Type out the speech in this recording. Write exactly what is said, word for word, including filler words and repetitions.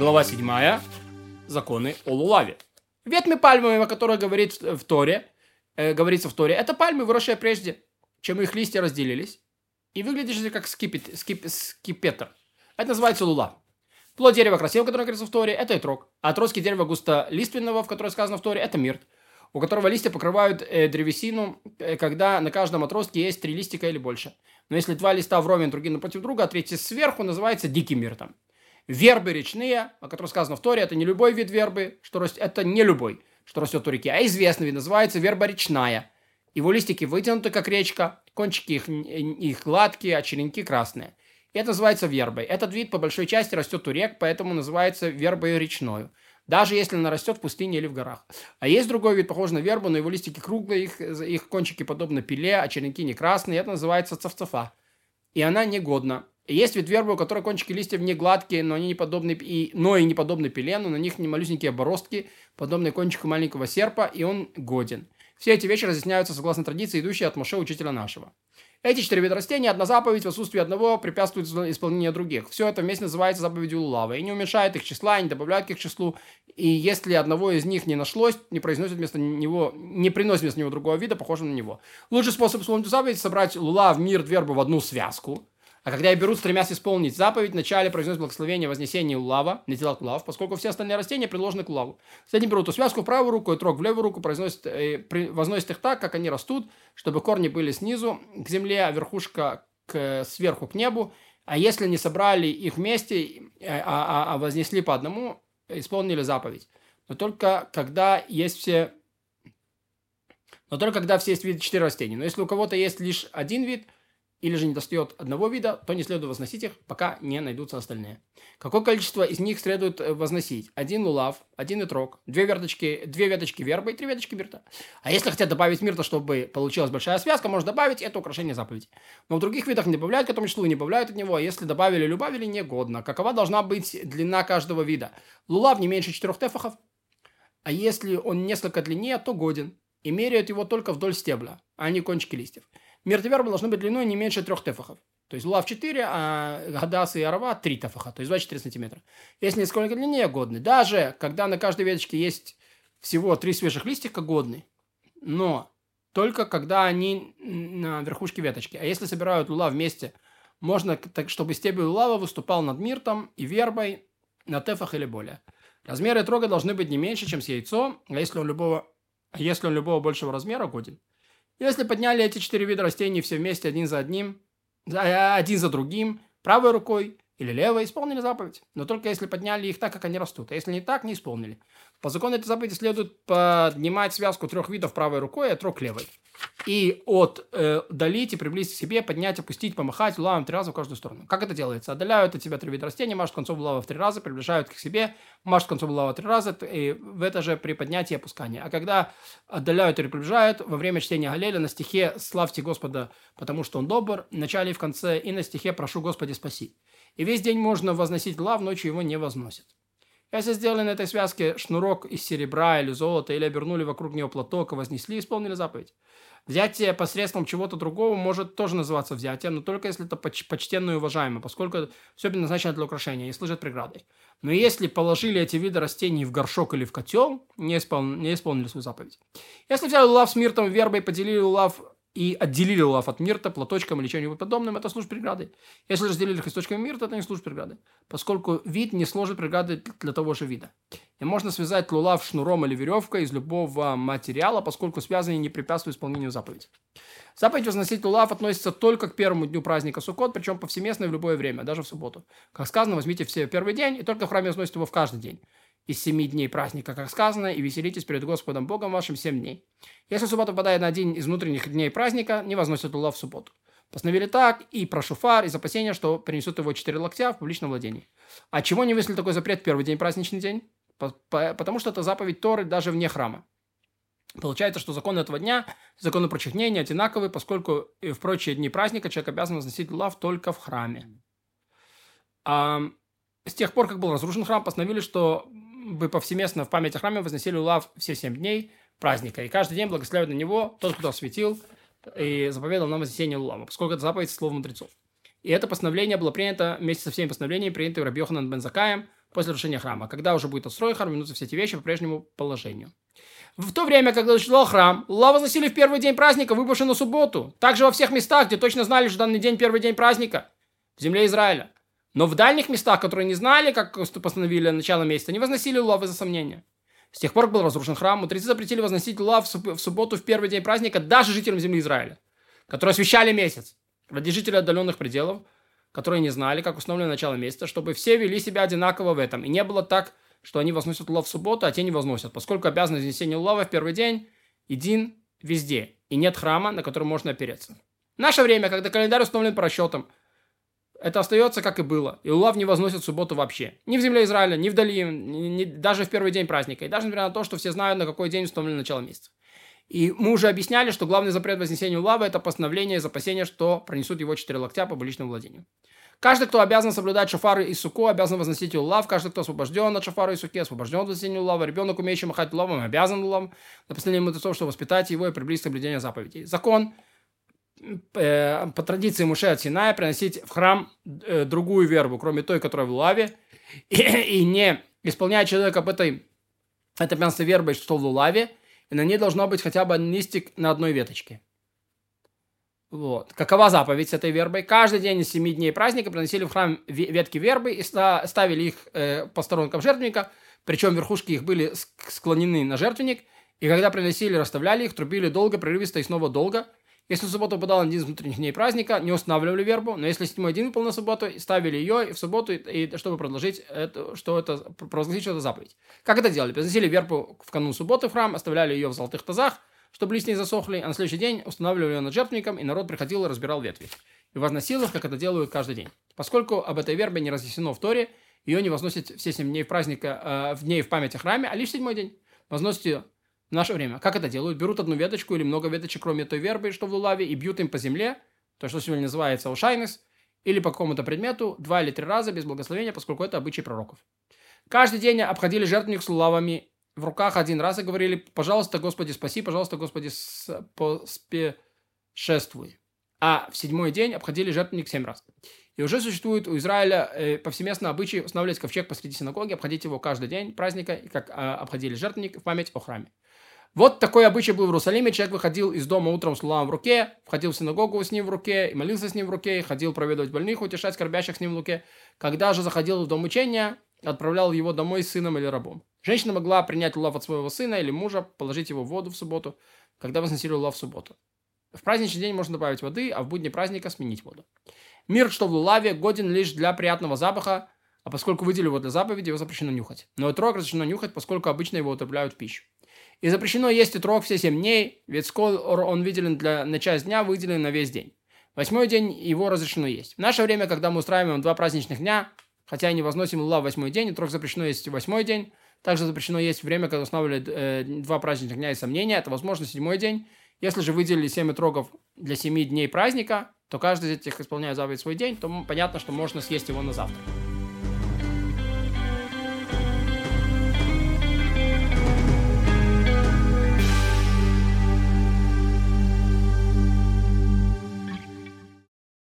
Глава седьмая. Законы о лулаве. Ветви пальмовые, о которых говорит в Торе, э, говорится в Торе, это пальмы, выросшие прежде, чем их листья разделились, и выглядящие как скипет, скип, скипетр. Это называется лулав. Плод дерева красивого, который говорится в Торе, это этрог. А отростки дерева густолиственного, в которое сказано в Торе, это мирт, у которого листья покрывают э, древесину, э, когда на каждом отростке есть три листика или больше. Но если два листа вровень другие напротив друга, а третий сверху, называется диким миртом. Вербы речные, о которых сказано в Торе, это не любой вид вербы, что растет, это не любой, что растет у реки, а известный вид, называется верба речная. Его листики вытянуты, как речка, кончики их, их гладкие, а черенки красные. И это называется вербой. Этот вид по большой части растет у рек, поэтому называется вербой речной. Даже если она растет в пустыне или в горах. А есть другой вид, похожий на вербу, но его листики круглые, их, их кончики подобны пиле, а черенки не красные. Это называется цавцафа. И она негодна. Есть вид вербы, у которой кончики листьев не гладкие, но они не подобны, и, но и не подобны пиле, но на них не малюсенькие бороздки, подобные кончику маленького серпа, и он годен. Все эти вещи разъясняются согласно традиции, идущей от Моше, учителя нашего. Эти четыре вида растений, одна заповедь в отсутствии одного препятствует исполнению других. Все это вместе называется заповедью лулава, и не уменьшает их числа, и не добавляет к их числу. И если одного из них не нашлось, не произносит вместо него, не приносит вместо него другого вида, похожего на него. Лучший способ исполнить заповедь – собрать лулав, мирт, вербу в одну связку. А когда и берут, стремясь исполнить заповедь, вначале произносят благословение вознесения лулава, не тела лулав, поскольку все остальные растения предложены к лулаву. Затем берут эту связку в правую руку и трог в левую руку, произносят, э, при, возносят их так, как они растут, чтобы корни были снизу к земле, а верхушка к, сверху к небу. А если не собрали их вместе, а, а, а вознесли по одному, исполнили заповедь. Но только когда есть все... Но только когда все есть виды четыре растения. Но если у кого-то есть лишь один вид, или же не достает одного вида, то не следует возносить их, пока не найдутся остальные. Какое количество из них следует возносить? Один лулав, один этрог, две веточки, две веточки вербы и три веточки мирта. А если хотят добавить мирта, чтобы получилась большая связка, можно добавить это украшение заповеди. Но в других видах не добавляют к этому числу и не добавляют от него, а если добавили или убавили, негодно. Какова должна быть длина каждого вида? Лулав не меньше четырех тефахов, а если он несколько длиннее, то годен. И меряют его только вдоль стебля, а не кончики листьев. Мирт и верба должны быть длиной не меньше трех тефахов. То есть лулав четыре, а гадас и арава три тефаха, то есть двадцать четыре сантиметра. Если несколько длиннее, годны. Даже когда на каждой веточке есть всего три свежих листика, годны. Но только когда они на верхушке веточки. А если собирают лулав вместе, можно, так, чтобы стебель лулава выступал над миртом и вербой на тефах или более. Размеры этрога должны быть не меньше, чем с яйцо, а если он любого, а если он любого большего размера, годен. Если подняли эти четыре вида растений все вместе один за одним, один за другим, правой рукой или левой, исполнили заповедь. Но только если подняли их так, как они растут. А если не так, не исполнили. По закону этой заповеди следует поднимать связку трех видов правой рукой, а трех левой. И отдалить э, и приблизить к себе, поднять, опустить, помахать лулавом три раза в каждую сторону. Как это делается? Отдаляют от себя три вида растений, мажут концом лулава в три раза, приближают к себе, мажут концом лулава три раза, и в это же при поднятии и опускании. А когда отдаляют или приближают, во время чтения Галеля на стихе «Славьте Господа, потому что Он добр», в начале и в конце, и на стихе «Прошу Господи, спаси». И весь день можно возносить лулав, ночью его не возносят. Если сделали на этой связке шнурок из серебра или золота, или обернули вокруг него платок и вознесли, исполнили заповедь. Взятие посредством чего-то другого может тоже называться взятием, но только если это поч- почтенно и уважаемо, поскольку все предназначено для украшения и служит преградой. Но если положили эти виды растений в горшок или в котел, не, испол... не исполнили свою заповедь. Если взяли лулав с миртом и вербой, поделили лулав и отделили лулав от мирта платочком или чем-нибудь подобным, это служит преградой. Если разделили их листочками мирта, это не служит преградой, поскольку вид не служит преградой для того же вида. И можно связать лулав шнуром или веревкой из любого материала, поскольку связывание не препятствует исполнению заповеди. Заповедь возносить лулав относится только к первому дню праздника Суккот, причем повсеместно и в любое время, даже в субботу. Как сказано, возьмите все первый день, и только в храме возносите его в каждый день из семи дней праздника, как сказано, и веселитесь перед Господом Богом вашим семь дней. Если суббота попадает на один из внутренних дней праздника, не возносят лулав в субботу. Постановили так и про шуфар, из опасения, что принесут его четыре локтя в публичном владении. А чего не высли такой запрет в первый день праздничный день? Потому что это заповедь Торы даже вне храма. Получается, что законы этого дня, законы прочих дней не одинаковы, поскольку в прочие дни праздника человек обязан возносить лулав только в храме. А с тех пор, как был разрушен храм, постановили, что бы повсеместно в память о храме возносили лулав все семь дней праздника. И каждый день благословляют на него тот, кто осветил и заповедал нам вознесение лулава, поскольку это заповедь слов мудрецов. И это постановление было принято вместе со всеми постановлениями, принятыми Рабби Йохананом бен Заккаем, после разрушения храма. Когда уже будет отстроен храм, вернутся все эти вещи по прежнему положению. В то время, когда начал храм, лула возносили в первый день праздника, выпавший на субботу. Также во всех местах, где точно знали, что данный день первый день праздника в земле Израиля. Но в дальних местах, которые не знали, как постановили начало месяца, не возносили лулав из-за сомнения. С тех пор, как был разрушен храм, мудрецы запретили возносить лулав в субботу в первый день праздника даже жителям земли Израиля, которые освещали месяц. Ради жителей отдаленных пределов, которые не знали, как установлено начало месяца, чтобы все вели себя одинаково в этом. И не было так, что они возносят лулав в субботу, а те не возносят, поскольку обязанность вознесения лулава в первый день един везде, и нет храма, на который можно опереться. В наше время, когда календарь установлен по расчетам, это остается, как и было, и лулав не возносят в субботу вообще. Ни в земле Израиля, ни вдали, ни, ни, даже в первый день праздника, и даже несмотря на то, что все знают, на какой день установлено начало месяца. И мы уже объясняли, что главный запрет вознесения лулава – это постановление из опасения, что пронесут его четыре локтя по личному владению. Каждый, кто обязан соблюдать шофары и суку, обязан возносить лулав. Каждый, кто освобожден от шофара и суки, освобожден от вознесения лулава. Ребенок, умеющий махать лулавом, обязан лулавом. На постановление мудрецов, чтобы воспитать его и приблизить соблюдение заповедей. Закон э, по традиции Моше от Синая приносить в храм э, другую вербу, кроме той, которая в лулаве, и, и не исполняя человек об этой, этой пьянстве вербой, что в лулаве, и на ней должно быть хотя бы один листик на одной веточке. Вот. Какова заповедь с этой вербой? Каждый день из семи дней праздника приносили в храм ветки вербы и ставили их э, по сторонкам жертвенника, причем верхушки их были склонены на жертвенник, и когда приносили, расставляли их, трубили долго, прерывисто и снова долго. Если в субботу выпадал один из внутренних дней праздника, не устанавливали вербу, но если седьмой день выпал на субботу, ставили ее в субботу, и, и чтобы продолжить это, что это, провозгласить, что это заповедь. Как это делали? Приносили вербу в канун субботы в храм, оставляли ее в золотых тазах, чтобы листья не засохли, а на следующий день устанавливали ее над жертвенником, и народ приходил и разбирал ветви. И возносил их, как это делают каждый день. Поскольку об этой вербе не разъяснено в Торе, ее не возносят все семь дней в праздника, э, в дней в память о храме, а лишь седьмой день. Возносят ее в наше время. Как это делают? Берут одну веточку или много веточек, кроме той вербы, что в лулаве, и бьют им по земле, то, что сегодня называется ушайнес, или по какому-то предмету, два или три раза без благословения, поскольку это обычай пророков. Каждый день обходили жертвенник с лулавами в руках один раз и говорили: пожалуйста, Господи, спаси, пожалуйста, Господи, поспешествуй. А в седьмой день обходили жертвенник семь раз. И уже существует у Израиля э, повсеместно обычай устанавливать ковчег посреди синагоги, обходить его каждый день праздника, как э, обходили жертвенник в память о храме. Вот такой обычай был в Иерусалиме. Человек выходил из дома утром с лулавом в руке, входил в синагогу с ним в руке, и молился с ним в руке, и ходил проведывать больных, утешать скорбящих с ним в руке. Когда же заходил в дом учения, отправлял его домой с сыном или рабом. Женщина могла принять лулав от своего сына или мужа, положить его в воду в субботу, когда возносили лулав в субботу. В праздничный день можно добавить воды, а в будни праздника сменить воду. Мир, что в лулаве, годен лишь для приятного запаха, а поскольку выделили его для заповеди, его запрещено нюхать. Но этрог разрешено нюхать, поскольку обычно его употребляют в пищу. И запрещено есть этрог все семь дней, ведь сколь он выделен для, на часть дня, выделен на весь день. Восьмой день его разрешено есть. В наше время, когда мы устраиваем два праздничных дня, хотя и не возносим лулав в восьмой день, этрог запрещено есть в восьмой день, также запрещено есть время, когда устанавливают э, два праздничных дня и сомнения, это возможно седьмой день. Если же выделили семь этрогов для семи дней праздника, то каждый из этих исполняет заповедь в свой день, то понятно, что можно съесть его на завтра.